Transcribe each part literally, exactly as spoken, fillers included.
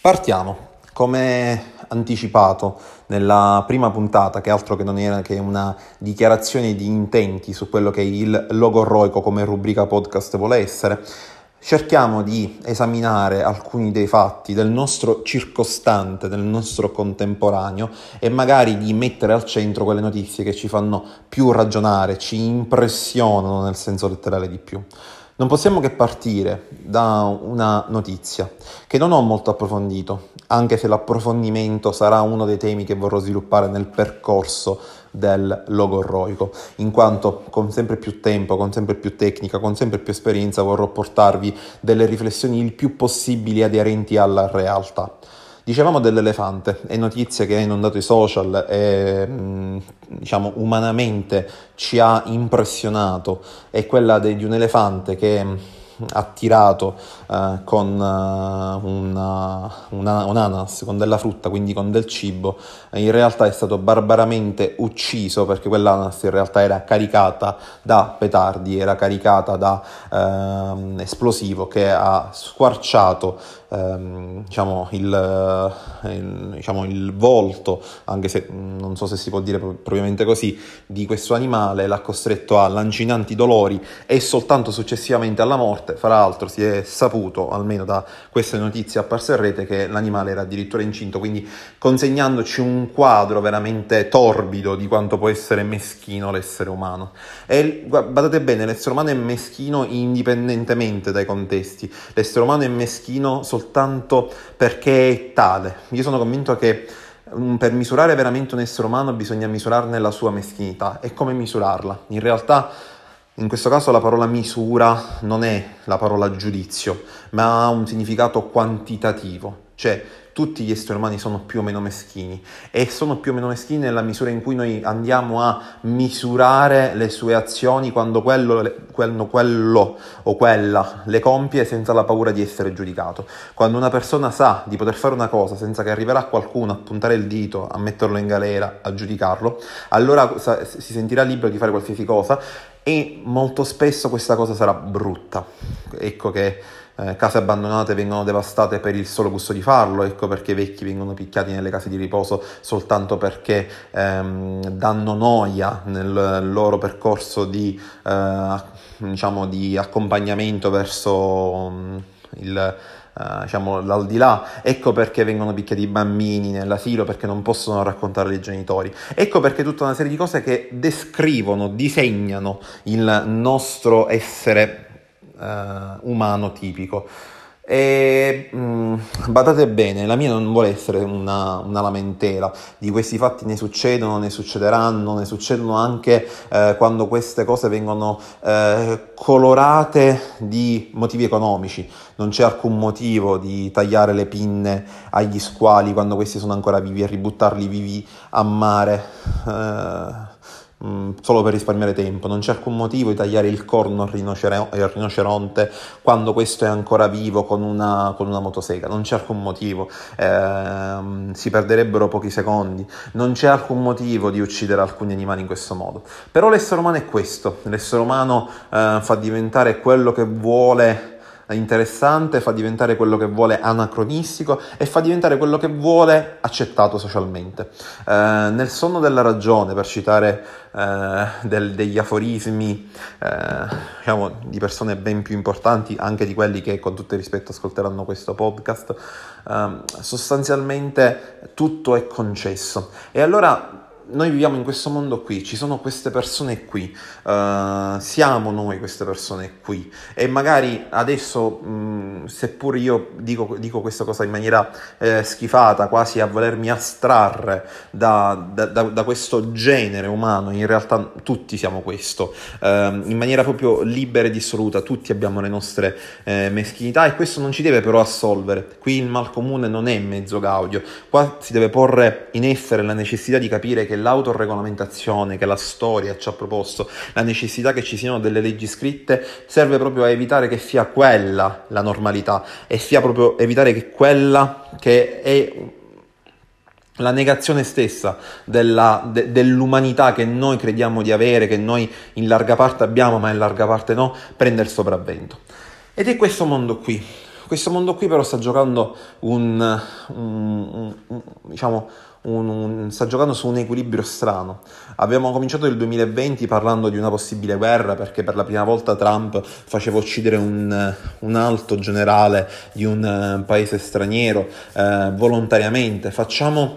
Partiamo. Come anticipato nella prima puntata, che altro che non era che una dichiarazione di intenti su quello che il logorroico come rubrica podcast vuole essere, cerchiamo di esaminare alcuni dei fatti del nostro circostante, del nostro contemporaneo e magari di mettere al centro quelle notizie che ci fanno più ragionare, ci impressionano nel senso letterale di più. Non possiamo che partire da una notizia che non ho molto approfondito, anche se l'approfondimento sarà uno dei temi che vorrò sviluppare nel percorso del logorroico, in quanto con sempre più tempo, con sempre più tecnica, con sempre più esperienza vorrò portarvi delle riflessioni il più possibili aderenti alla realtà. Dicevamo dell'elefante, è notizia che ha inondato i social e diciamo umanamente ci ha impressionato, è quella de, di un elefante che ha tirato uh, con uh, una, una, un ananas, con della frutta, quindi con del cibo. In realtà è stato barbaramente ucciso perché quell'ananas in realtà era caricata da petardi, era caricata da uh, esplosivo che ha squarciato uh, diciamo, il, il, diciamo, il volto, anche se non so se si può dire propriamente così, di questo animale, l'ha costretto a lancinanti dolori e soltanto successivamente alla morte. Fra l'altro si è saputo, almeno da queste notizie apparse in rete, che l'animale era addirittura incinto, quindi consegnandoci un quadro veramente torbido di quanto può essere meschino l'essere umano. E badate bene, l'essere umano è meschino indipendentemente dai contesti, l'essere umano è meschino soltanto perché è tale. Io sono convinto che per misurare veramente un essere umano bisogna misurarne la sua meschinità. E come misurarla? In realtà in questo caso la parola misura non è la parola giudizio, ma ha un significato quantitativo, cioè tutti gli esseri umani sono più o meno meschini e sono più o meno meschini nella misura in cui noi andiamo a misurare le sue azioni quando quello, quello, quello o quella le compie senza la paura di essere giudicato. Quando una persona sa di poter fare una cosa senza che arriverà qualcuno a puntare il dito, a metterlo in galera, a giudicarlo, allora si sentirà libero di fare qualsiasi cosa. E molto spesso questa cosa sarà brutta. Ecco che eh, case abbandonate vengono devastate per il solo gusto di farlo, ecco perché i vecchi vengono picchiati nelle case di riposo soltanto perché ehm, danno noia nel loro percorso di, eh, diciamo, di accompagnamento verso um, il Uh, diciamo l'aldilà. Ecco perché vengono picchiati i bambini nell'asilo, perché non possono raccontare ai genitori. Ecco perché tutta una serie di cose che descrivono, disegnano il nostro essere uh, umano tipico. E mh, badate bene, la mia non vuole essere una, una lamentela. Di questi fatti ne succedono, ne succederanno, ne succedono anche eh, quando queste cose vengono eh, colorate di motivi economici. Non c'è alcun motivo di tagliare le pinne agli squali quando questi sono ancora vivi e ributtarli vivi a mare eh, solo per risparmiare tempo. Non c'è alcun motivo di tagliare il corno al rinoceronte quando questo è ancora vivo con una, con una motosega. Non c'è alcun motivo, eh, si perderebbero pochi secondi. Non c'è alcun motivo di uccidere alcuni animali in questo modo. Però l'essere umano è questo, l'essere umano eh, fa diventare quello che vuole interessante, fa diventare quello che vuole anacronistico e fa diventare quello che vuole accettato socialmente. Eh, nel sonno della ragione, per citare eh, del, degli aforismi eh, diciamo, di persone ben più importanti, anche di quelli che con tutto il rispetto ascolteranno questo podcast, eh, sostanzialmente tutto è concesso. E allora noi viviamo in questo mondo qui, ci sono queste persone qui, uh, siamo noi queste persone qui e magari adesso, mh, seppur io dico, dico questa cosa in maniera eh, schifata, quasi a volermi astrarre da, da, da, da questo genere umano, in realtà tutti siamo questo, uh, in maniera proprio libera e dissoluta, tutti abbiamo le nostre eh, meschinità e questo non ci deve però assolvere. Qui il mal comune non è mezzo gaudio, qua si deve porre in essere la necessità di capire che l'autoregolamentazione che la storia ci ha proposto, la necessità che ci siano delle leggi scritte, serve proprio a evitare che sia quella la normalità e sia proprio evitare che quella che è la negazione stessa della, de, dell'umanità che noi crediamo di avere, che noi in larga parte abbiamo ma in larga parte no, prende il sopravvento. Ed è questo mondo qui, questo mondo qui però sta giocando un, un, un, un diciamo un, un, sta giocando su un equilibrio strano. Abbiamo cominciato nel duemilaventi parlando di una possibile guerra, perché per la prima volta Trump faceva uccidere un, un alto generale di un paese straniero eh, volontariamente. Facciamo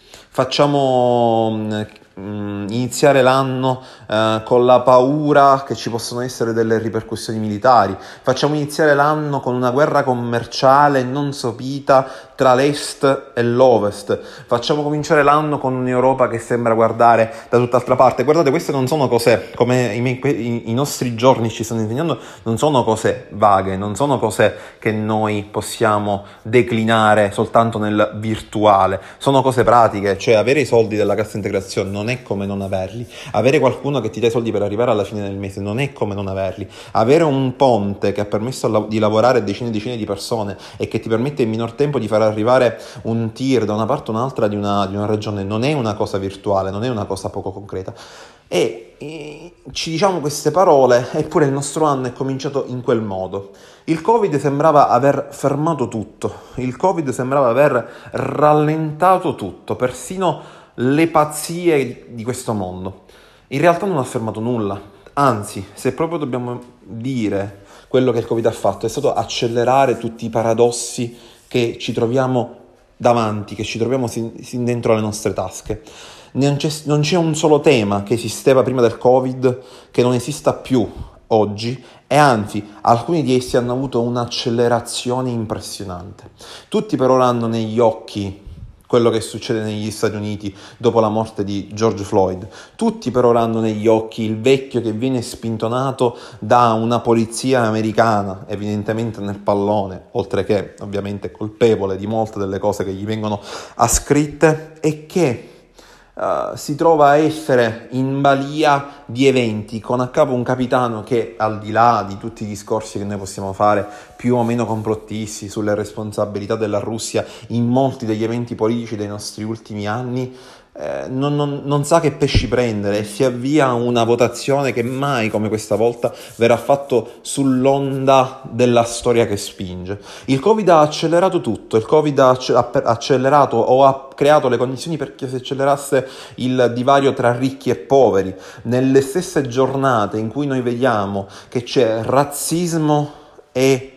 Facciamo mh, iniziare l'anno eh, con la paura che ci possono essere delle ripercussioni militari. Facciamo iniziare l'anno con una guerra commerciale non sopita tra l'est e l'ovest. Facciamo cominciare l'anno con un'Europa che sembra guardare da tutt'altra parte. Guardate, queste non sono cose, come i, miei, i, i nostri giorni ci stanno insegnando, non sono cose vaghe, non sono cose che noi possiamo declinare soltanto nel virtuale, sono cose pratiche. Cioè, avere i soldi della cassa integrazione non è come non averli, avere qualcuno che ti dà i soldi per arrivare alla fine del mese non è come non averli, avere un ponte che ha permesso di lavorare a decine e decine di persone e che ti permette in minor tempo di far arrivare un tir da una parte o un'altra di una, di una regione non è una cosa virtuale, non è una cosa poco concreta. E, e ci diciamo queste parole, eppure il nostro anno è cominciato in quel modo. Il Covid sembrava aver fermato tutto, il Covid sembrava aver rallentato tutto, persino le pazzie di questo mondo. In realtà non ha fermato nulla, anzi, se proprio dobbiamo dire quello che il Covid ha fatto, è stato accelerare tutti i paradossi che ci troviamo davanti, che ci troviamo sin, sin dentro le nostre tasche. Non c'è, non c'è un solo tema che esisteva prima del Covid che non esista più oggi, e anzi alcuni di essi hanno avuto un'accelerazione impressionante. Tutti per ora hanno negli occhi quello che succede negli Stati Uniti dopo la morte di George Floyd. Tutti per ora hanno negli occhi il vecchio che viene spintonato da una polizia americana, evidentemente nel pallone, oltre che ovviamente colpevole di molte delle cose che gli vengono ascritte, e che Uh, si trova a essere in balia di eventi con a capo un capitano che, al di là di tutti i discorsi che noi possiamo fare più o meno complottisti sulle responsabilità della Russia in molti degli eventi politici dei nostri ultimi anni, eh, non, non, non sa che pesci prendere, e si avvia una votazione che mai come questa volta verrà fatto sull'onda della storia che spinge. Il Covid ha accelerato tutto, il Covid ha accelerato o ha creato le condizioni perché si accelerasse il divario tra ricchi e poveri. Nelle stesse giornate in cui noi vediamo che c'è razzismo e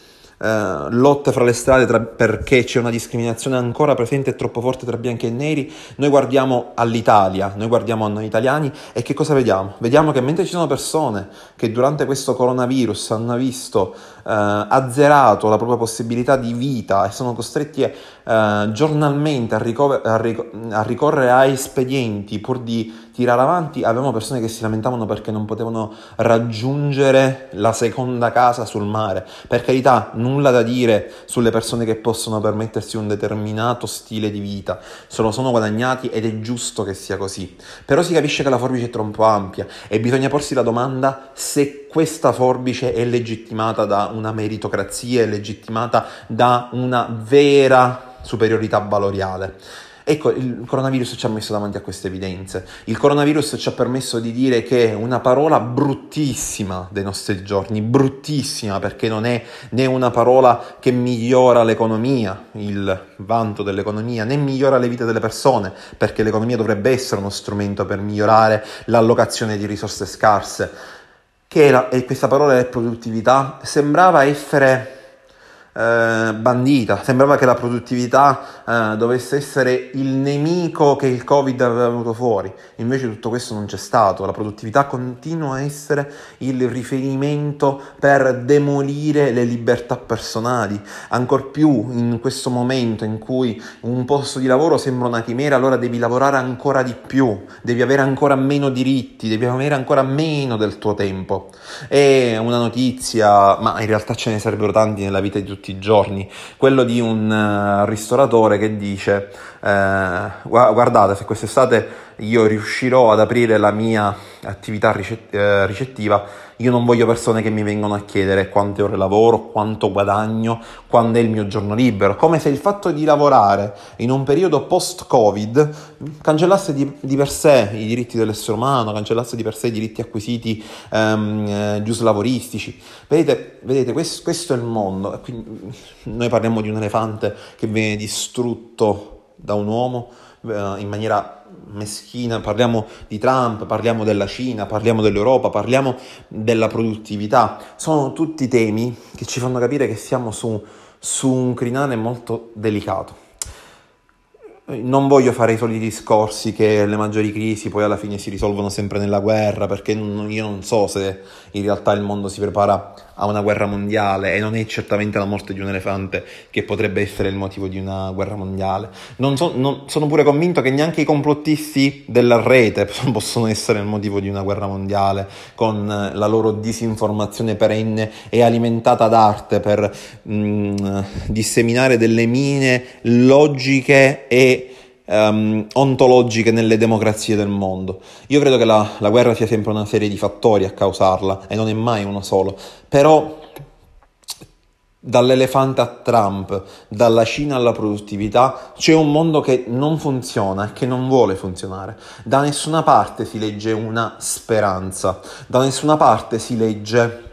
Uh, lotte fra le strade tra, perché c'è una discriminazione ancora presente e troppo forte tra bianchi e neri, noi guardiamo all'Italia, noi guardiamo a noi italiani, e che cosa vediamo? Vediamo che mentre ci sono persone che durante questo coronavirus hanno visto uh, azzerato la propria possibilità di vita e sono costretti uh, giornalmente a, ricover- a, ric- a ricorrere a espedienti pur di tirare avanti, avevamo persone che si lamentavano perché non potevano raggiungere la seconda casa sul mare. Per carità, nulla da dire sulle persone che possono permettersi un determinato stile di vita, se lo sono guadagnati ed è giusto che sia così. Però si capisce che la forbice è troppo ampia e bisogna porsi la domanda se questa forbice è legittimata da una meritocrazia, è legittimata da una vera superiorità valoriale. Ecco, il coronavirus ci ha messo davanti a queste evidenze. Il coronavirus ci ha permesso di dire che una parola bruttissima dei nostri giorni, bruttissima perché non è né una parola che migliora l'economia, il vanto dell'economia, né migliora le vite delle persone, perché l'economia dovrebbe essere uno strumento per migliorare l'allocazione di risorse scarse, che la, e questa parola è produttività, sembrava essere Eh, bandita, sembrava che la produttività eh, dovesse essere il nemico che il Covid aveva venuto fuori. Invece tutto questo non c'è stato. La produttività continua a essere il riferimento per demolire le libertà personali, ancor più in questo momento in cui un posto di lavoro sembra una chimera. Allora devi lavorare ancora di più, devi avere ancora meno diritti, devi avere ancora meno del tuo tempo. È una notizia, ma in realtà ce ne sarebbero tanti nella vita di tutti i giorni, quello di un uh, ristoratore che dice uh, guardate, se quest'estate io riuscirò ad aprire la mia attività ricett- eh, ricettiva, io non voglio persone che mi vengono a chiedere quante ore lavoro, quanto guadagno, quando è il mio giorno libero, come se il fatto di lavorare in un periodo post-Covid cancellasse di, di per sé i diritti dell'essere umano, cancellasse di per sé i diritti acquisiti ehm, eh, giuslavoristici. Vedete, vedete questo, questo è il mondo. Quindi, noi parliamo di un elefante che viene distrutto da un uomo eh, in maniera meschina, parliamo di Trump, parliamo della Cina, parliamo dell'Europa, parliamo della produttività. Sono tutti temi che ci fanno capire che siamo su, su un crinale molto delicato. Non voglio fare i soliti discorsi che le maggiori crisi poi alla fine si risolvono sempre nella guerra, perché io non so se in realtà il mondo si prepara a una guerra mondiale, e non è certamente la morte di un elefante che potrebbe essere il motivo di una guerra mondiale. Non so, non, sono pure convinto che neanche i complottisti della rete possono essere il motivo di una guerra mondiale, con la loro disinformazione perenne e alimentata ad arte per mh, disseminare delle mine logiche e Um, ontologiche nelle democrazie del mondo. Io credo che la, la guerra sia sempre una serie di fattori a causarla, e non è mai uno solo. Però dall'elefante a Trump, dalla Cina alla produttività, c'è un mondo che non funziona e che non vuole funzionare. Da nessuna parte si legge una speranza, da nessuna parte si legge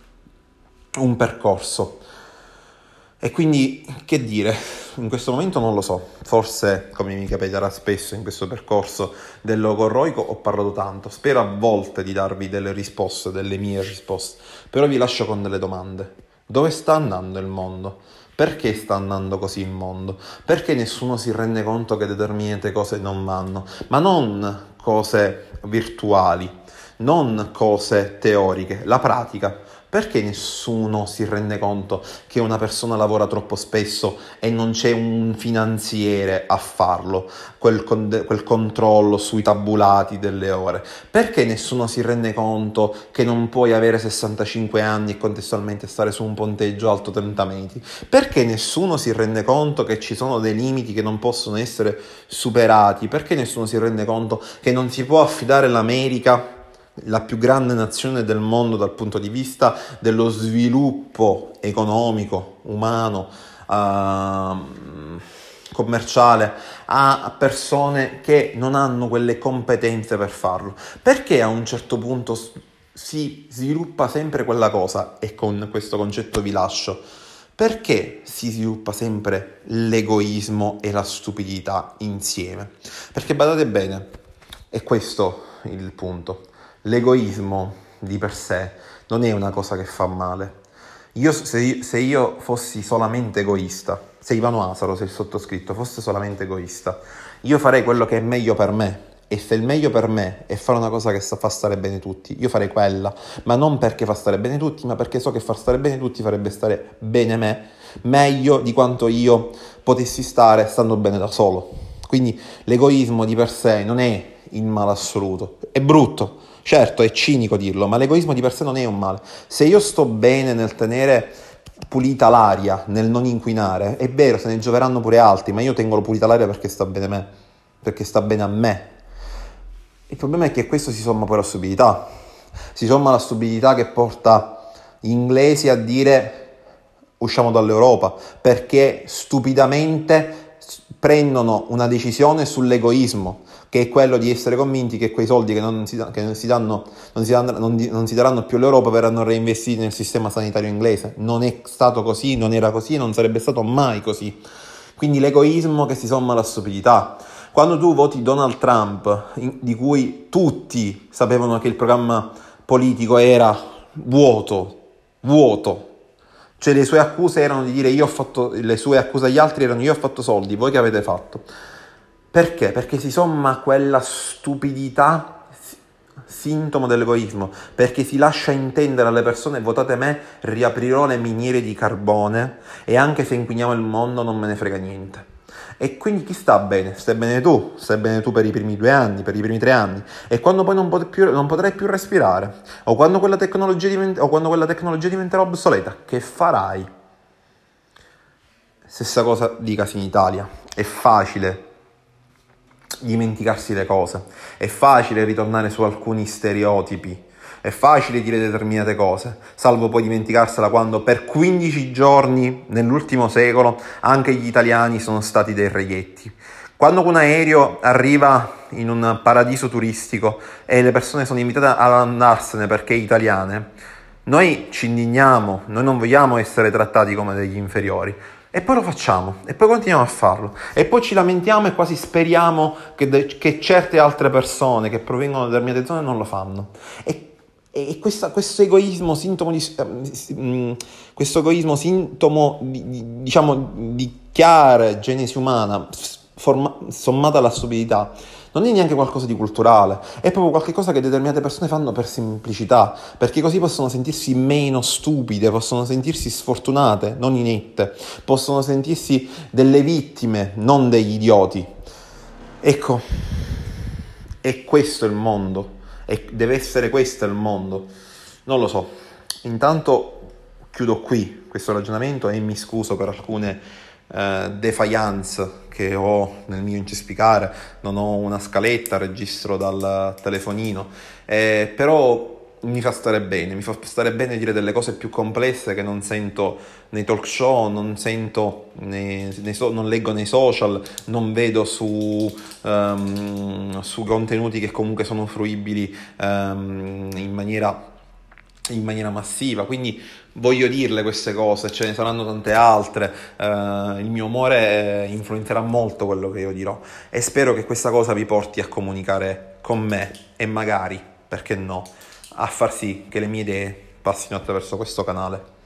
un percorso. E quindi, che dire, in questo momento non lo so, forse, come mi capiterà spesso in questo percorso del logorroico, ho parlato tanto, spero a volte di darvi delle risposte, delle mie risposte, però vi lascio con delle domande. Dove sta andando il mondo? Perché sta andando così il mondo? Perché nessuno si rende conto che determinate cose non vanno? Ma non cose virtuali, non cose teoriche, la pratica. Perché nessuno si rende conto che una persona lavora troppo spesso e non c'è un finanziere a farlo, quel, con- quel controllo sui tabulati delle ore? Perché nessuno si rende conto che non puoi avere sessantacinque anni e contestualmente stare su un ponteggio alto trenta metri? Perché nessuno si rende conto che ci sono dei limiti che non possono essere superati? Perché nessuno si rende conto che non si può affidare l'America, la più grande nazione del mondo dal punto di vista dello sviluppo economico, umano, uh, commerciale, a persone che non hanno quelle competenze per farlo? Perché a un certo punto si sviluppa sempre quella cosa, e con questo concetto vi lascio, perché si sviluppa sempre l'egoismo e la stupidità insieme? Perché badate bene, è questo il punto. L'egoismo di per sé non è una cosa che fa male. Io, se, io, se io fossi solamente egoista, se Ivano Asaro, se il sottoscritto fosse solamente egoista, io farei quello che è meglio per me, e se il meglio per me è fare una cosa che fa stare bene tutti, io farei quella, ma non perché fa stare bene tutti, ma perché so che far stare bene tutti farebbe stare bene me, meglio di quanto io potessi stare stando bene da solo. Quindi l'egoismo di per sé non è il male assoluto, è brutto. Certo, è cinico dirlo, ma l'egoismo di per sé non è un male. Se io sto bene nel tenere pulita l'aria, nel non inquinare, è vero, se ne gioveranno pure altri, ma io tengo pulita l'aria perché sta bene me, perché sta bene a me. Il problema è che questo si somma poi alla stupidità. Si somma alla stupidità che porta gli inglesi a dire usciamo dall'Europa, perché stupidamente prendono una decisione sull'egoismo, che è quello di essere convinti che quei soldi che non si, che non si danno, non si, danno, non, non si daranno più all'Europa verranno reinvestiti nel sistema sanitario inglese. Non è stato così, non era così, non sarebbe stato mai così. Quindi l'egoismo che si somma alla stupidità. Quando tu voti Donald Trump, in, di cui tutti sapevano che il programma politico era vuoto, vuoto, cioè le sue accuse erano di dire io ho fatto, le sue accuse agli altri erano io ho fatto soldi, voi che avete fatto? Perché? Perché si somma quella stupidità, sintomo dell'egoismo, perché si lascia intendere alle persone votate me, riaprirò le miniere di carbone e anche se inquiniamo il mondo non me ne frega niente. E quindi chi sta bene? Stai bene tu, stai bene tu per i primi due anni, per i primi tre anni, e quando poi non, pot- più, non potrai più respirare, o quando quella tecnologia divent- o quando quella tecnologia diventerà obsoleta, che farai? Stessa cosa dicasi in Italia, è facile dimenticarsi le cose, è facile ritornare su alcuni stereotipi, è facile dire determinate cose, salvo poi dimenticarsela quando per quindici giorni nell'ultimo secolo anche gli italiani sono stati dei reietti. Quando un aereo arriva in un paradiso turistico e le persone sono invitate ad andarsene perché italiane, noi ci indigniamo, noi non vogliamo essere trattati come degli inferiori. E poi lo facciamo, e poi continuiamo a farlo, e poi ci lamentiamo e quasi speriamo che, de- che certe altre persone che provengono da determinate zone non lo fanno. E E questa, questo egoismo sintomo di, um, questo egoismo sintomo di, di, diciamo di chiara genesi umana forma, sommata alla stupidità non è neanche qualcosa di culturale, è proprio qualcosa che determinate persone fanno per semplicità, perché così possono sentirsi meno stupide, possono sentirsi sfortunate, non inette, possono sentirsi delle vittime, non degli idioti. Ecco, è questo il mondo. E deve essere questo il mondo. Non lo so. Intanto chiudo qui questo ragionamento e mi scuso per alcune eh, defiance che ho nel mio incespicare. Non ho una scaletta, registro dal telefonino, eh, però mi fa stare bene, mi fa stare bene dire delle cose più complesse che non sento nei talk show, non sento nei, nei so, non leggo nei social, non vedo su, um, su contenuti che comunque sono fruibili um, in maniera in maniera massiva. Quindi voglio dirle queste cose, ce ne saranno tante altre, uh, il mio umore influenzerà molto quello che io dirò e spero che questa cosa vi porti a comunicare con me e magari, perché no, a far sì che le mie idee passino attraverso questo canale.